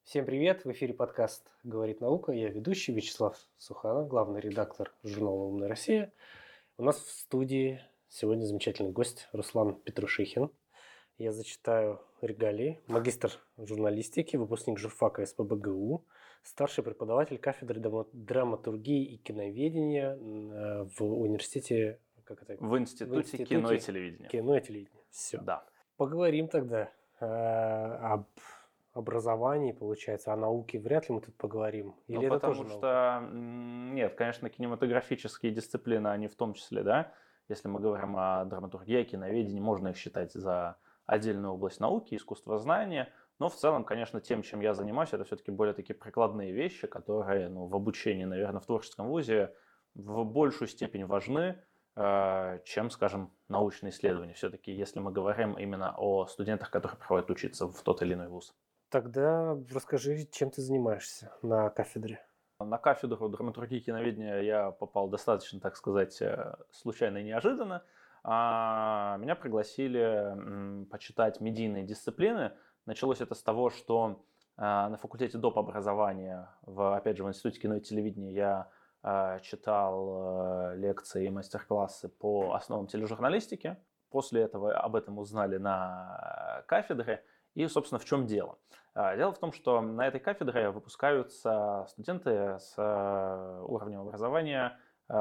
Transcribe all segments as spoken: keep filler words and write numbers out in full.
Всем привет! В эфире подкаст «Говорит наука». Я ведущий Вячеслав Суханов, главный редактор журнала «Умная Россия». У нас в студии сегодня замечательный гость Руслан Петрушихин. Я зачитаю регалии. Магистр журналистики, выпускник журфака СПбГУ, старший преподаватель кафедры драматургии и киноведения в университете... Как это? В институте, в институте кино и телевидения. Кино и телевидения. Все. Да. Поговорим тогда э, об... образовании, получается, о науке вряд ли мы тут поговорим. Или ну, это потому тоже что, наука? Нет, конечно, кинематографические дисциплины, они в том числе, да, если мы говорим о драматургии, киноведении, можно их считать за отдельную область науки, искусствознания, но в целом, конечно, тем, чем я занимаюсь, это все-таки более такие прикладные вещи, которые ну, в обучении, наверное, в творческом вузе в большую степень важны, чем, скажем, научные исследования. Все-таки, если мы говорим именно о студентах, которые приходят учиться в тот или иной вуз. Тогда расскажи, чем ты занимаешься на кафедре? На кафедру драматургии и киноведения я попал достаточно, так сказать, случайно и неожиданно. Меня пригласили почитать медийные дисциплины. Началось это с того, что на факультете доп. Образования, в, опять же, в Институте кино и телевидения я читал лекции и мастер-классы по основам тележурналистики. После этого об этом узнали на кафедре. И, собственно, в чем дело? Дело в том, что на этой кафедре выпускаются студенты с уровнем образования,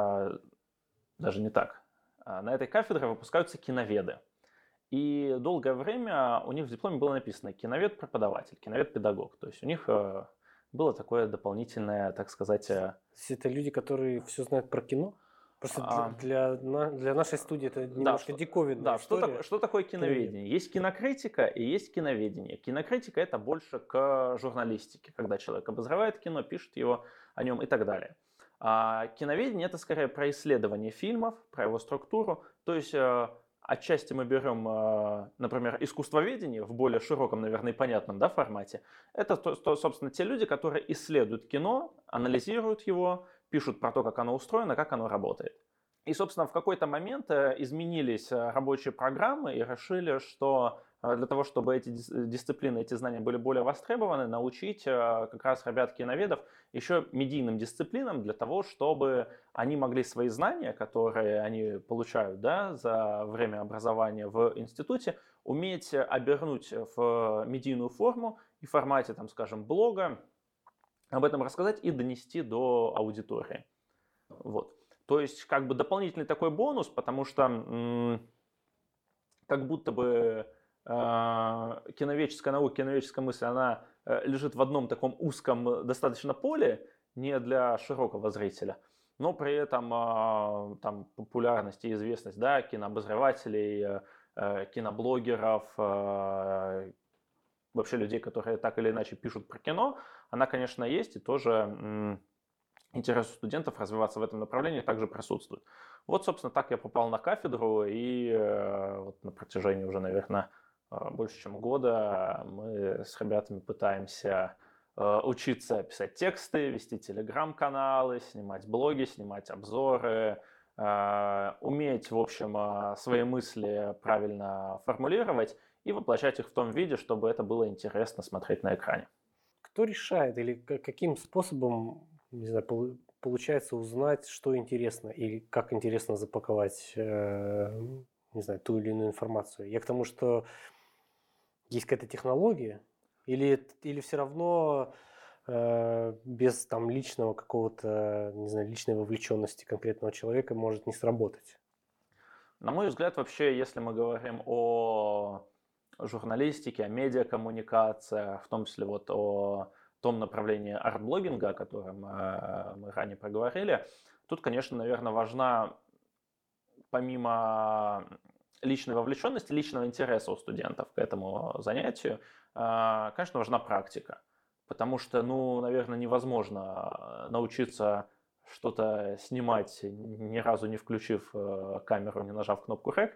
даже не так, на этой кафедре выпускаются киноведы. И долгое время у них в дипломе было написано киновед-преподаватель, киновед-педагог. То есть у них было такое дополнительное, так сказать... Это люди, которые все знают про кино? Просто а, для, для нашей студии это немножко да, диковинная да, история. Что, так, что такое киноведение? Есть кинокритика и есть киноведение. Кинокритика – это больше к журналистике, когда человек обозревает кино, пишет его о нем и так далее. А киноведение – это скорее про исследование фильмов, про его структуру. То есть отчасти мы берем, например, искусствоведение в более широком, наверное, и понятном да, формате. Это, собственно, те люди, которые исследуют кино, анализируют его, пишут про то, как оно устроено, как оно работает. И, собственно, в какой-то момент изменились рабочие программы и решили, что для того, чтобы эти дисциплины, эти знания были более востребованы, научить как раз ребят-киноведов еще медийным дисциплинам для того, чтобы они могли свои знания, которые они получают да, за время образования в институте, уметь обернуть в медийную форму и в формате, там, скажем, блога, об этом рассказать и донести до аудитории. Вот. То есть, как бы дополнительный такой бонус, потому что м- как будто бы э- киноведческая наука, киноведческая мысль, она э- лежит в одном таком узком достаточно поле, не для широкого зрителя, но при этом э- там, популярность и известность да, кинообозревателей, э- киноблогеров, э- вообще людей, которые так или иначе пишут про кино, она, конечно, есть, и тоже м- интерес у студентов развиваться в этом направлении также присутствует. Вот, собственно, так я попал на кафедру, и э, вот на протяжении уже, наверное, э, больше чем года мы с ребятами пытаемся э, учиться писать тексты, вести телеграм-каналы, снимать блоги, снимать обзоры, э, уметь, в общем, э, свои мысли правильно формулировать и воплощать их в том виде, чтобы это было интересно смотреть на экране. Кто решает или каким способом, не знаю, получается узнать, что интересно или как интересно запаковать, э, не знаю, ту или иную информацию? Я к тому, что есть какая-то технология или, или все равно э, без там личного какого-то, не знаю, личной вовлеченности конкретного человека может не сработать? На мой взгляд, вообще, если мы говорим о журналистике, о медиакоммуникациях, в том числе вот о том направлении арт-блогинга, о котором э, мы ранее проговорили, тут, конечно, наверное, важна помимо личной вовлеченности, личного интереса у студентов к этому занятию, э, конечно, важна практика. Потому что, ну, наверное, невозможно научиться что-то снимать, ни разу не включив камеру, не нажав кнопку рек.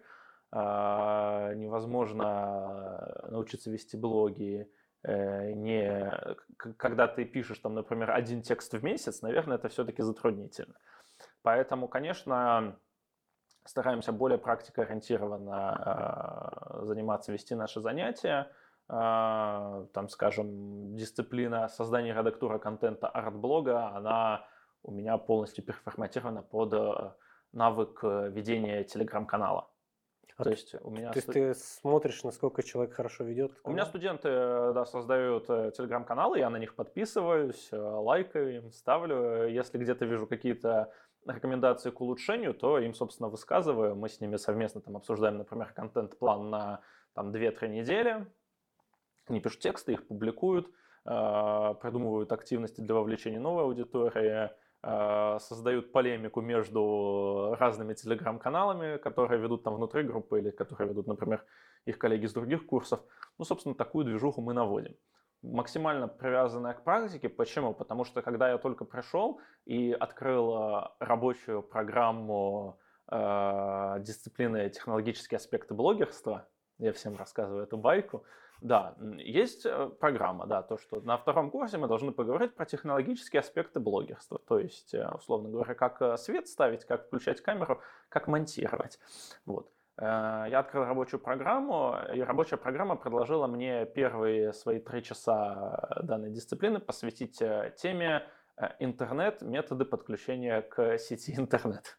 Невозможно научиться вести блоги, не... когда ты пишешь, там, например, один текст в месяц, наверное, это все-таки затруднительно. Поэтому, конечно, стараемся более практикоориентированно заниматься, вести наши занятия. там, скажем, дисциплина создания и редактура контента арт-блога, она у меня полностью переформатирована под навык ведения телеграм-канала. А то есть у меня то есть ты смотришь, насколько человек хорошо ведет канал? У меня студенты, да, создают телеграм-каналы, я на них подписываюсь, лайкаю им, ставлю. Если где-то вижу какие-то рекомендации к улучшению, то им, собственно, высказываю. Мы с ними совместно там обсуждаем, например, контент-план на там, две-три недели. Они пишут тексты, их публикуют, придумывают активности для вовлечения новой аудитории, создают полемику между разными телеграм-каналами, которые ведут там внутри группы или которые ведут, например, их коллеги с других курсов. Ну, собственно, такую движуху мы наводим. Максимально привязанная к практике. Почему? Потому что когда я только пришел и открыл рабочую программу э, дисциплины технологические аспекты блогерства, я всем рассказываю эту байку, да, есть программа, да, то, что на втором курсе мы должны поговорить про технологические аспекты блогерства, то есть, условно говоря, как свет ставить, как включать камеру, как монтировать. Вот. Я открыл рабочую программу, и рабочая программа предложила мне первые свои три часа данной дисциплины посвятить теме интернет, методы подключения к сети интернет.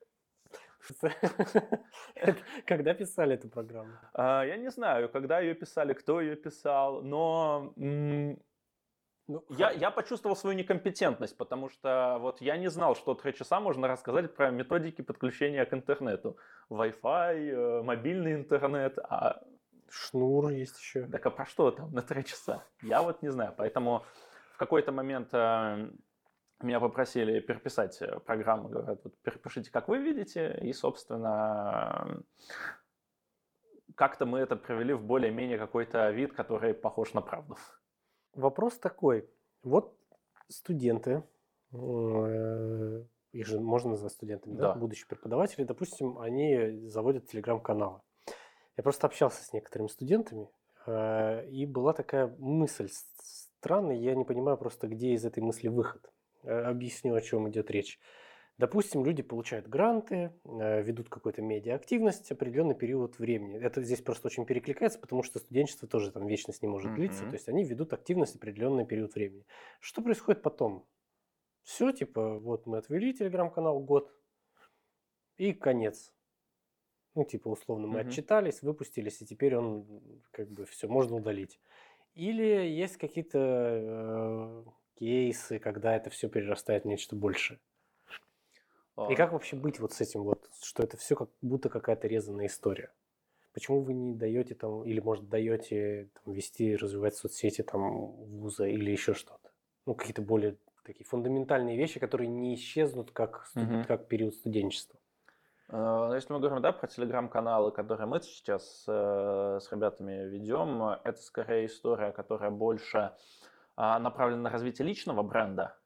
Когда писали эту программу? Я не знаю, когда ее писали, кто ее писал, но ну, я, я почувствовал свою некомпетентность, потому что вот я не знал, что три часа можно рассказать про методики подключения к интернету. Wi-Fi, мобильный интернет, а... Шнур есть еще. Так а про что там на три часа? Я вот не знаю, поэтому в какой-то момент... Меня попросили переписать программу, говорят, вот перепишите, как вы видите, и, собственно, как-то мы это привели в более-менее какой-то вид, который похож на правду. Вопрос такой. Вот студенты, их же можно назвать студентами, да? Да. Будущие преподаватели, допустим, они заводят телеграм-каналы. Я просто общался с некоторыми студентами, и была такая мысль странная, я не понимаю просто, где из этой мысли выход. Объясню, о чем идет речь. Допустим, люди получают гранты, ведут какую-то медиа-активность определенный период времени. Это здесь просто очень перекликается, потому что студенчество тоже там вечность не может длиться. Mm-hmm. То есть они ведут активность определенный период времени. Что происходит потом? Все, типа, вот мы отвели телеграм-канал год, и конец. Ну, типа, условно, мы mm-hmm. отчитались, выпустились, и теперь он, как бы, все, можно удалить. Или есть какие-то... Э- кейсы, когда это все перерастает в нечто большее. А. И как вообще быть вот с этим вот, что это все как будто какая-то резаная история? Почему вы не даете там, или может даете там, вести, развивать соцсети там вуза или еще что-то? Ну, какие-то более такие фундаментальные вещи, которые не исчезнут как, студ... угу. как период студенчества. Если мы говорим, да, про телеграм-каналы, которые мы сейчас э, с ребятами ведем, это скорее история, которая больше направлен на развитие личного бренда,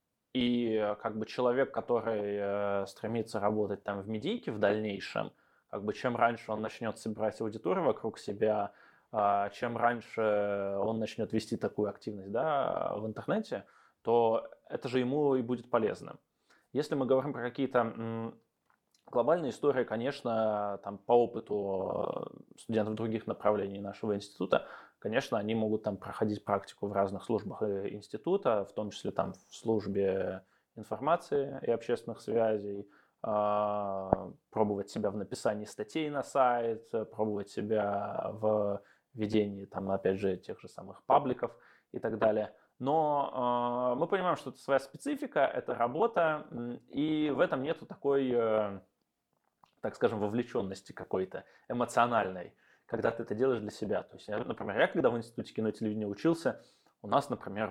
и как бы человек, который э, стремится работать там в медийке в дальнейшем, как бы чем раньше он начнет собирать аудиторию вокруг себя, э, чем раньше он начнет вести такую активность, да, в интернете, то это же ему и будет полезно. Если мы говорим про какие-то м, глобальные истории, конечно, там по опыту студентов других направлений нашего института, конечно, они могут там проходить практику в разных службах института, в том числе там в службе информации и общественных связей, пробовать себя в написании статей на сайт, пробовать себя в ведении, там, опять же, тех же самых пабликов и так далее. Но мы понимаем, что это своя специфика, это работа, и в этом нету такой, так скажем, вовлеченности какой-то эмоциональной, когда ты это делаешь для себя. То есть, например, я когда в институте кино и телевидения учился, у нас, например,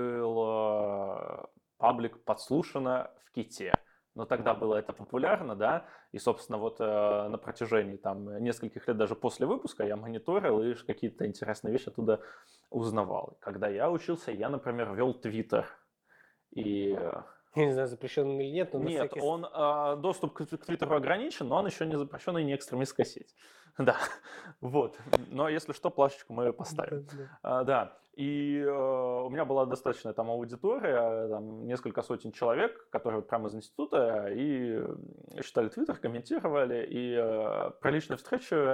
был паблик «Подслушано в Ките». Но тогда было это популярно, да, и, собственно, вот на протяжении там нескольких лет даже после выпуска я мониторил и какие-то интересные вещи оттуда узнавал. Когда я учился, я, например, вел Твиттер. И... Я не знаю, запрещен он или нет, но на Нет, всякий... он, э, доступ к, к Твиттеру ограничен, но он еще не запрещен и не экстремистская сеть. Да, вот. Но если что, плашечку мы поставим. Да, да. А, да. И э, у меня была достаточная там аудитория, там, несколько сотен человек, которые прямо из института и читали Твиттер, комментировали, и э, про личную встречу э,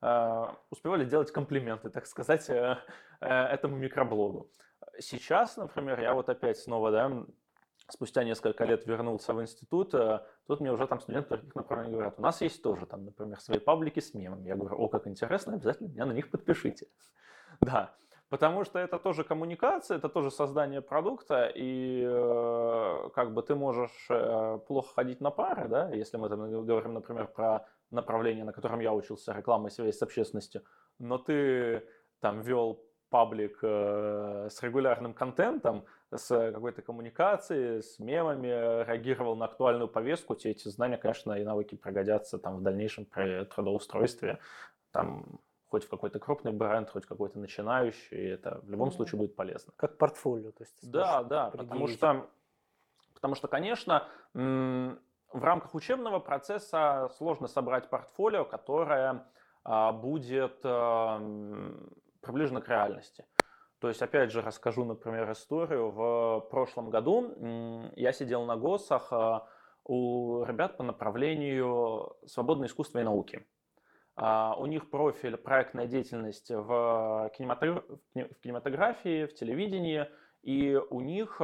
успевали делать комплименты, так сказать, этому микроблогу. Сейчас, например, я вот опять снова, да, спустя несколько лет вернулся в институт, тут мне уже там студенты других направлений говорят, у нас есть тоже там, например, свои паблики с мемами. Я говорю, о, как интересно, обязательно меня на них подпишите. Да, потому что это тоже коммуникация, это тоже создание продукта, и э, как бы ты можешь э, плохо ходить на пары, да, если мы там говорим, например, про направление, на котором я учился, реклама и связь с общественностью, но ты там вел паблик э, с регулярным контентом, с какой-то коммуникацией, с мемами, реагировал на актуальную повестку, тебе эти знания, конечно, и навыки пригодятся там в дальнейшем при трудоустройстве, там хоть в какой-то крупный бренд, хоть какой-то начинающий, это в любом случае будет полезно. Как портфолио, то есть. Да, да, потому что, потому что, конечно, в рамках учебного процесса сложно собрать портфолио, которое будет приближено к реальности. То есть, опять же, расскажу, например, историю. В прошлом году я сидел на ГОСах у ребят по направлению свободное искусство и науки. У них профиль проектная деятельность в кинематографии, в телевидении, и у них,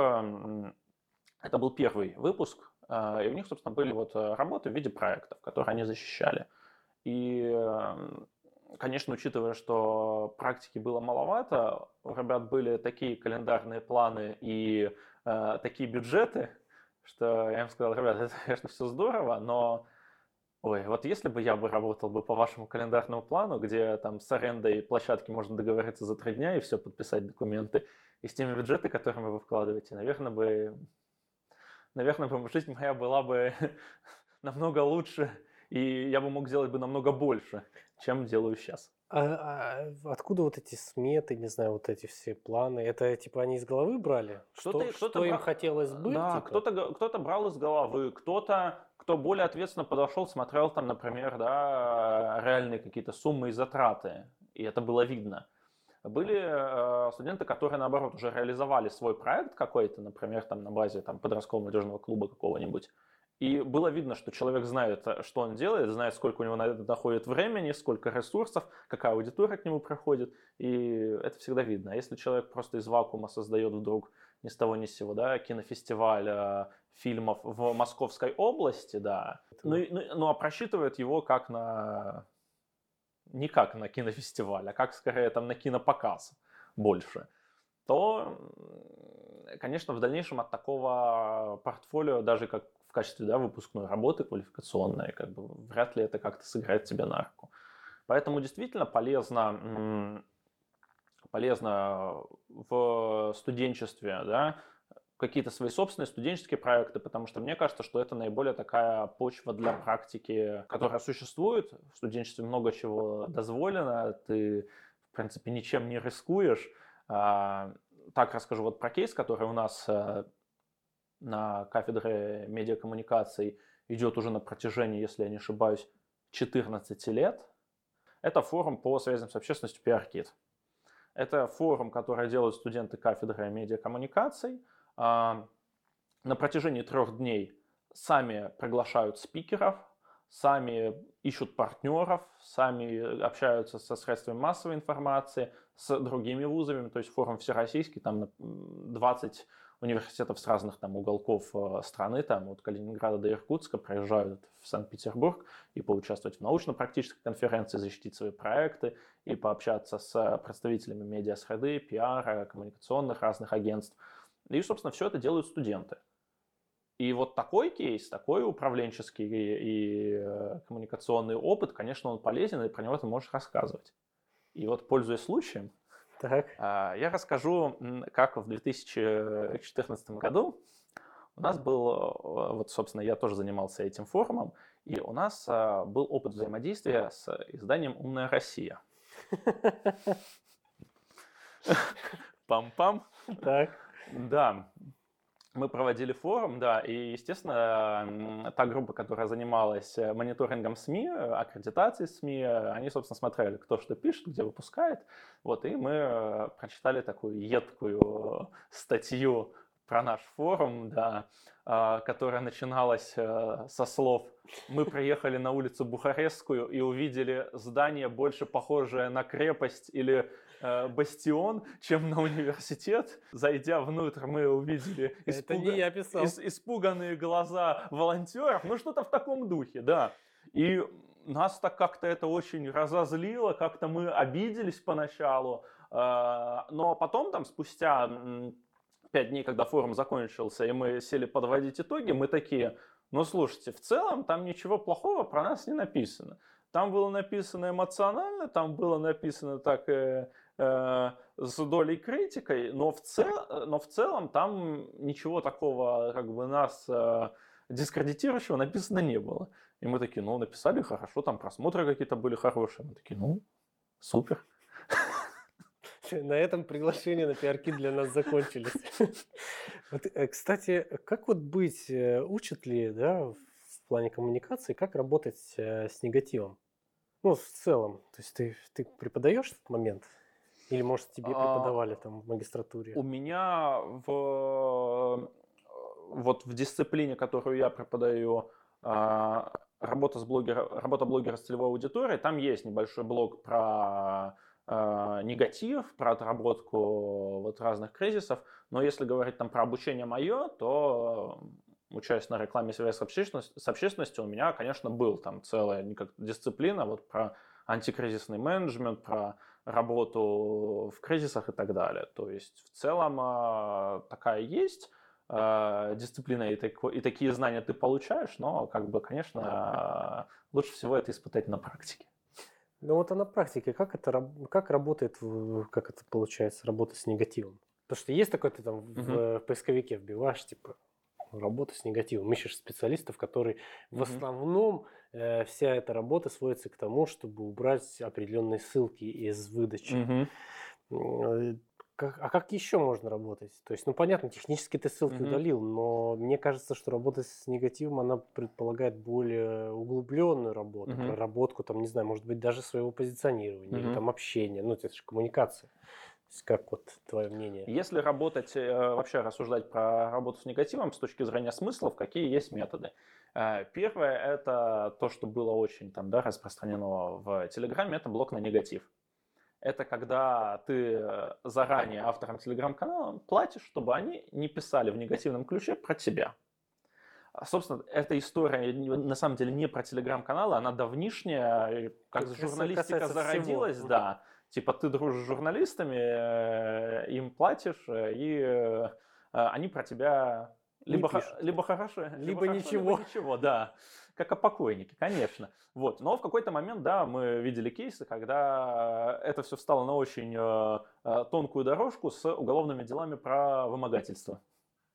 это был первый выпуск, и у них, собственно, были вот работы в виде проектов, которые они защищали. И, конечно, учитывая, что практики было маловато, у ребят были такие календарные планы и э, такие бюджеты, что я им сказал, ребят, это, конечно, все здорово, но ой, вот если бы я бы работал бы по вашему календарному плану, где там с арендой площадки можно договориться за три дня и все, подписать документы, и с теми бюджетами, которые вы вкладываете, наверное, бы, наверное, бы жизнь моя была бы намного лучше, и я бы мог сделать бы намного больше, чем делаю сейчас. А, а откуда вот эти сметы, не знаю, вот эти все планы? Это типа они из головы брали? Кто-то, что кто-то что им бра... хотелось быть? Да, типа? кто-то, кто-то брал из головы, кто-то, кто более ответственно подошел, смотрел там, например, да, реальные какие-то суммы и затраты, и это было видно. Были э, студенты, которые, наоборот, уже реализовали свой проект какой-то, например, там на базе там, подросткового молодежного клуба какого-нибудь. И было видно, что человек знает, что он делает, знает, сколько у него на это находит времени, сколько ресурсов, какая аудитория к нему проходит. И это всегда видно. А если человек просто из вакуума создает вдруг ни с того ни с сего, да, кинофестиваль э, фильмов в Московской области, да, ну, ну, ну а просчитывает его как на... не как на кинофестиваль, а как скорее там на кинопоказ больше, то, конечно, в дальнейшем от такого портфолио, даже как в качестве, да, выпускной работы квалификационной, как бы вряд ли это как-то сыграет тебе на руку. Поэтому действительно полезно, полезно в студенчестве, да, какие-то свои собственные студенческие проекты, потому что мне кажется, что это наиболее такая почва для практики, которая существует. В студенчестве много чего дозволено, ты, в принципе, ничем не рискуешь. Так расскажу вот про кейс, который у нас на кафедре медиакоммуникаций идет уже на протяжении, если я не ошибаюсь, четырнадцати лет. Это форум по связям с общественностью пи ар-кит. Это форум, который делают студенты кафедры медиакоммуникаций. На протяжении трех дней сами приглашают спикеров, сами ищут партнеров, сами общаются со средствами массовой информации, с другими вузами. То есть форум всероссийский, там двадцать университетов с разных там уголков страны, там от Калининграда до Иркутска приезжают в Санкт-Петербург и поучаствовать в научно-практической конференции, защитить свои проекты и пообщаться с представителями медиасреды, пиара, коммуникационных разных агентств. И, собственно, все это делают студенты. И вот такой кейс, такой управленческий и коммуникационный опыт, конечно, он полезен, и про него ты можешь рассказывать. И вот, пользуясь случаем, так. я расскажу, как в две тысячи четырнадцатом году у нас был, вот, собственно, я тоже занимался этим форумом, и у нас был опыт взаимодействия с изданием «Умная Россия». Пам-пам. Так. Да. Мы проводили форум, да, и, естественно, та группа, которая занималась мониторингом СМИ, аккредитацией СМИ, они, собственно, смотрели, кто что пишет, где выпускает. Вот, и мы прочитали такую едкую статью про наш форум, да, которая начиналась со слов: «Мы приехали на улицу Бухарестскую и увидели здание, больше похожее на крепость или э, бастион, чем на университет. Зайдя внутрь, мы увидели Это не я писал. ис- испуганные глаза волонтеров». Ну, что-то в таком духе, да. И нас так как-то это очень разозлило, как-то мы обиделись поначалу, э, но потом, там, спустя пять дней, когда форум закончился, и мы сели подводить итоги, мы такие: ну, слушайте, в целом там ничего плохого про нас не написано. Там было написано эмоционально, там было написано так э, э, с долей критикой, но в, цел, но в целом там ничего такого, как бы, нас э, дискредитирующего написано не было. И мы такие: ну, написали хорошо, там просмотры какие-то были хорошие. Мы такие: ну, супер. На этом приглашения на пиарки для нас закончились. Вот, кстати, как вот быть, учат ли, да, в плане коммуникации, как работать с негативом? Ну, в целом, то есть ты, ты преподаешь этот момент? Или, может, тебе преподавали там в магистратуре? У меня в, вот в дисциплине, которую я преподаю, работа, с блогера, работа блогера с целевой аудиторией, там есть небольшой блок про негатив, про отработку вот разных кризисов, но если говорить там про обучение мое, то, учась на рекламе связи с общественностью, с общественностью, у меня, конечно, был там целая дисциплина вот про антикризисный менеджмент, про работу в кризисах и так далее. То есть в целом такая есть дисциплина, и, так, и такие знания ты получаешь, но, как бы, конечно, лучше всего это испытать на практике. Ну вот а на практике как это как работает, как это получается, работа с негативом? Потому что есть такой, ты там uh-huh. в поисковике вбиваешь, типа, работа с негативом, ищешь специалистов, которые uh-huh. в основном э, вся эта работа сводится к тому, чтобы убрать определенные ссылки из выдачи. Uh-huh. Как, а как еще можно работать? То есть, ну понятно, технически ты ссылки uh-huh. удалил, но мне кажется, что работа с негативом, она предполагает более углубленную работу, uh-huh. проработку, там, не знаю, может быть, даже своего позиционирования uh-huh. или там общения, ну, это же коммуникация. То есть, как вот твое мнение? Если работать, вообще рассуждать про работу с негативом с точки зрения смыслов, какие есть методы? Первое, это то, что было очень там, да, распространено в Телеграме, это блок на негатив. Это когда ты заранее авторам телеграм-канала платишь, чтобы они не писали в негативном ключе про тебя. Собственно, эта история на самом деле не про телеграм-каналы, она давнишняя, как Тут журналистика зародилась, всего. Да. Типа ты дружишь с журналистами, им платишь, и они про тебя либо, х- либо хорошо, либо, либо хорошо, ничего. Либо ничего, да. Как о покойнике, конечно. Вот. Но в какой-то момент, да, мы видели кейсы, когда это все встало на очень э, тонкую дорожку с уголовными делами про вымогательство.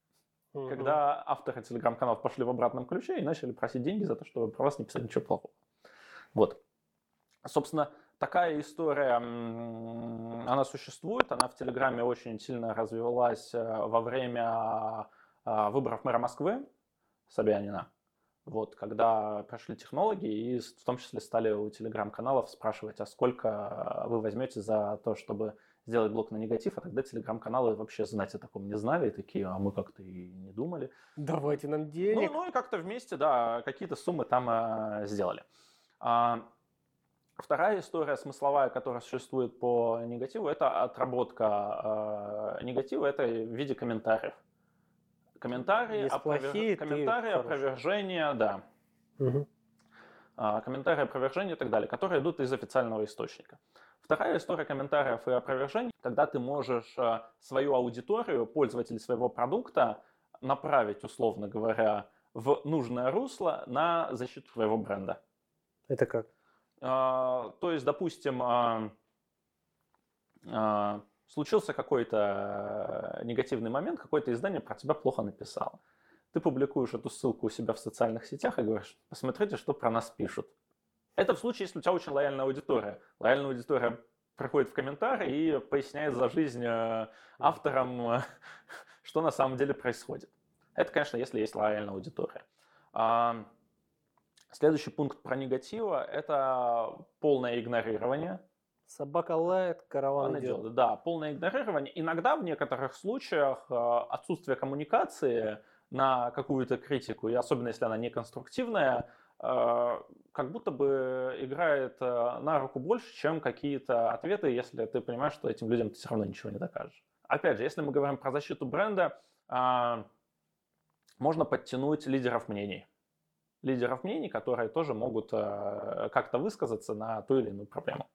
Угу. Когда авторы телеграм-каналов пошли в обратном ключе и начали просить деньги за то, чтобы про вас не писать ничего плохого. Вот. Собственно, такая история, она существует, она в Телеграме очень сильно развивалась во время выборов мэра Москвы Собянина. Вот, когда пришли технологи и в том числе стали у телеграм-каналов спрашивать, а сколько вы возьмете за то, чтобы сделать блок на негатив, а тогда телеграм-каналы вообще знать о таком не знали, и такие, а мы как-то и не думали. Давайте нам денег. Ну, ну и как-то вместе, да, какие-то суммы там э, сделали. А, вторая история смысловая, которая существует по негативу, это отработка э, негатива, это в виде комментариев. Комментарии, опровер... плохие, комментарии опровержения, да. Угу. А, комментарии, опровержения и так далее, которые идут из официального источника. Вторая история комментариев и опровержений, когда ты можешь свою аудиторию, пользователей своего продукта, направить, условно говоря, в нужное русло на защиту твоего бренда. Это как? А, то есть, допустим, а, а, случился какой-то негативный момент, какое-то издание про тебя плохо написало. Ты публикуешь эту ссылку у себя в социальных сетях и говоришь, посмотрите, что про нас пишут. Это в случае, если у тебя очень лояльная аудитория. Лояльная аудитория приходит в комментарии и поясняет за жизнь авторам, что на самом деле происходит. Это, конечно, если есть лояльная аудитория. Следующий пункт про негатива – это полное игнорирование. Собака лает, караван Он идет. идет. Да, полное игнорирование. Иногда в некоторых случаях э, отсутствие коммуникации на какую-то критику, и особенно если она неконструктивная, э, как будто бы играет э, на руку больше, чем какие-то ответы, если ты понимаешь, что этим людям ты все равно ничего не докажешь. Опять же, если мы говорим про защиту бренда, э, можно подтянуть лидеров мнений. Лидеров мнений, которые тоже могут э, как-то высказаться на ту или иную проблему.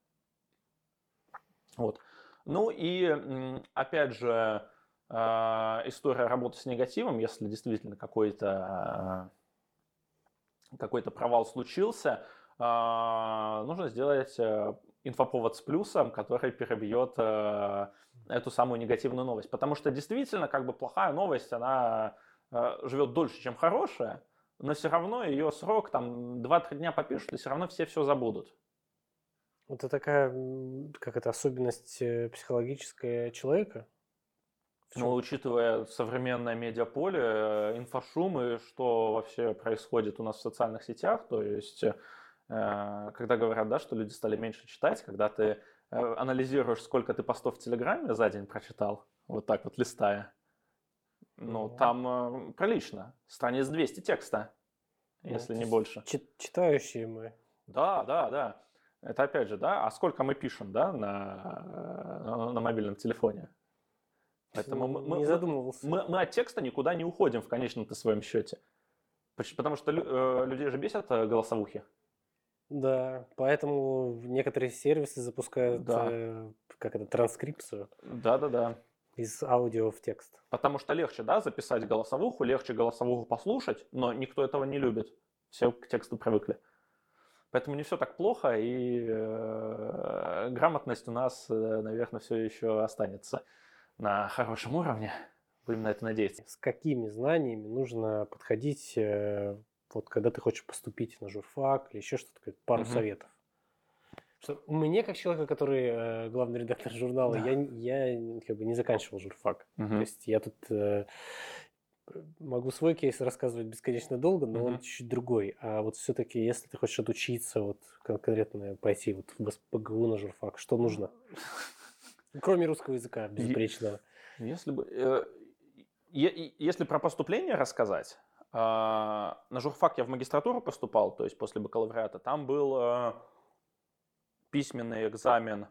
Вот. Ну и, опять же, история работы с негативом, если действительно какой-то какой-то провал случился, нужно сделать инфоповод с плюсом, который перебьет эту самую негативную новость. Потому что действительно, как бы плохая новость, она живет дольше, чем хорошая, но все равно ее срок, там, два-три дня попишут, и все равно все все забудут. Это такая, как это, особенность психологическая человека? Ну, учитывая современное медиаполе, инфошум и что вообще происходит у нас в социальных сетях, то есть, э, когда говорят, да, что люди стали меньше читать, когда ты э, анализируешь, сколько ты постов в Телеграме за день прочитал, вот так вот листая, ну, mm-hmm. там э, прилично, страниц двести текста, mm-hmm. если не больше. Читающие мы. Да, да, да. Это опять же, да, а сколько мы пишем, да, на, на мобильном телефоне? Поэтому мы, не мы, задумывался. Мы, мы от текста никуда не уходим в конечном-то своем счете. Потому что э, людей же бесят голосовухи. Да, поэтому некоторые сервисы запускают да. э, как это, транскрипцию. Да-да-да. Из аудио в текст. Потому что легче, да, записать голосовуху, легче голосовуху послушать, но никто этого не любит. Все к тексту привыкли. Поэтому не все так плохо, и э, грамотность у нас, э, наверное, все еще останется на хорошем уровне. Будем на это надеяться. С какими знаниями нужно подходить, э, вот когда ты хочешь поступить на журфак или еще что-то, пару uh-huh. советов? Что мне, как человека, который э, главный редактор журнала, да. я, я как бы не заканчивал журфак. Uh-huh. То есть я тут э, могу свой кейс рассказывать бесконечно долго, но uh-huh. он чуть-чуть другой. А вот все-таки, если ты хочешь отучиться, вот конкретно пойти вот в БГУ на журфак, что нужно? Кроме русского языка безупречного. Если бы, э, если про поступление рассказать, э, на журфак я в магистратуру поступал, то есть после бакалавриата, там был э, письменный экзамен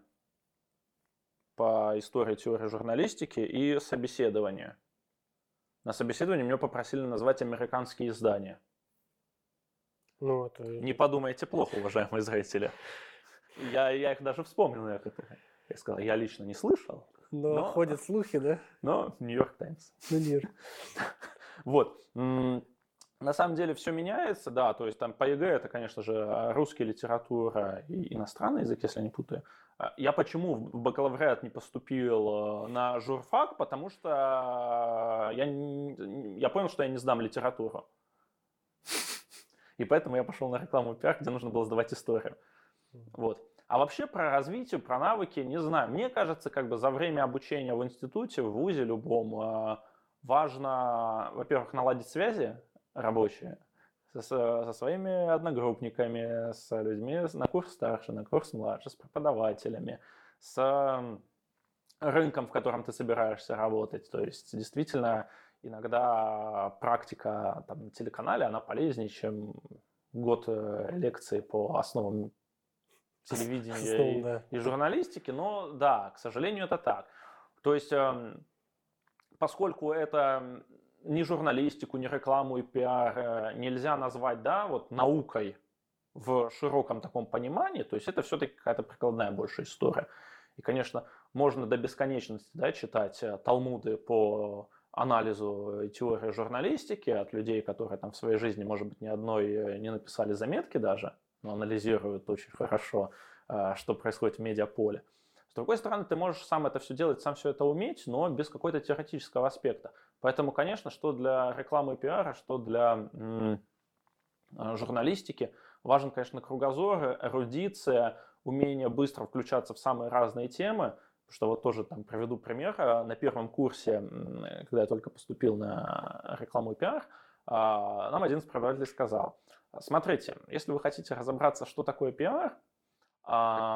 по истории теории журналистики и собеседование. На собеседовании меня попросили назвать американские издания. Ну, это... Не подумайте плохо, уважаемые зрители. Я, я их даже вспомнил некоторые. Я сказал, я лично не слышал. Но, но ходят слухи, да? Но Нью-Йорк Таймс. Ну, Нью-Йорк. Вот. На самом деле все меняется, да, то есть там по ЕГЭ это, конечно же, русская литература и иностранный язык, если я не путаю. Я почему в бакалавриат не поступил на журфак? Потому что я, не, я понял, что я не сдам литературу. И поэтому я пошел на рекламу пиар, где нужно было сдавать историю. Вот. А вообще про развитие, про навыки, не знаю. Мне кажется, как бы за время обучения в институте, в вузе любом, важно, во-первых, наладить связи рабочие со, со своими одногруппниками, с людьми на курс старше, на курс младше, с преподавателями, с рынком, в котором ты собираешься работать. То есть действительно иногда практика там, на телеканале, она полезнее, чем год лекций по основам телевидения Основ, и, да. и журналистики, но да, к сожалению, это так. То есть, э, поскольку это ни журналистику, ни рекламу и пиар э, нельзя назвать, да, вот наукой в широком таком понимании, то есть это все-таки какая-то прикладная больше история. И, конечно, можно до бесконечности, да, читать талмуды по анализу и теории журналистики от людей, которые там в своей жизни, может быть, ни одной не написали заметки даже, но анализируют очень хорошо, что происходит в медиаполе. С другой стороны, ты можешь сам это все делать, сам все это уметь, но без какого-то теоретического аспекта. Поэтому, конечно, что для рекламы и пиара, что для м- журналистики, важен, конечно, кругозор, эрудиция, умение быстро включаться в самые разные темы. Что вот тоже там приведу пример. На первом курсе, когда я только поступил на рекламу и пиар, нам один из преподавателей сказал: смотрите, если вы хотите разобраться, что такое пиар,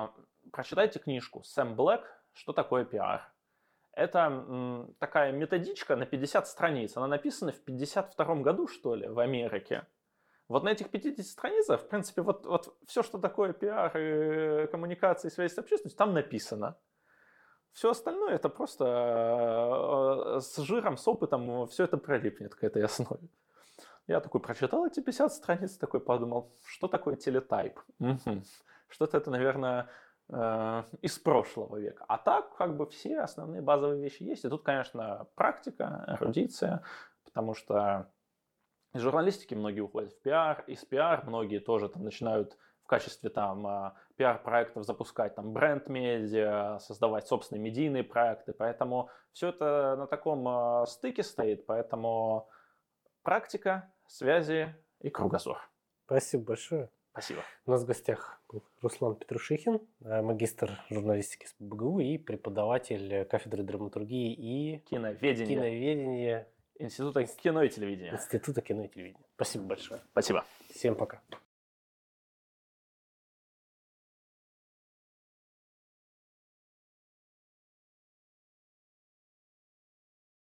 прочитайте книжку Сэм Блэк «Что такое пиар?». Это м, такая методичка на пятьдесят страниц. Она написана в пятьдесят втором году, что ли, в Америке. Вот на этих пятидесяти страницах, в принципе, вот, вот все, что такое пиар, и коммуникации, связь с общественностью, там написано. Все остальное это просто э, с жиром, с опытом, все это прилипнет к этой основе. Я такой прочитал эти пятьдесят страниц, такой подумал, что такое телетайп? Угу. Что-то это, наверное, э, из прошлого века. А так, как бы, все основные базовые вещи есть. И тут, конечно, практика, эрудиция, потому что из журналистики многие уходят в пиар, из пиар многие тоже там начинают в качестве там пиар-проектов запускать там бренд-медиа, создавать собственные медийные проекты. Поэтому все это на таком стыке стоит. Поэтому практика, связи и кругозор. Спасибо большое. Спасибо. У нас в гостях был Руслан Петрушихин, магистр журналистики с БГУ и преподаватель кафедры драматургии и киноведения. киноведения Института кино и телевидения. Института кино и телевидения. Спасибо большое. Спасибо. Всем пока.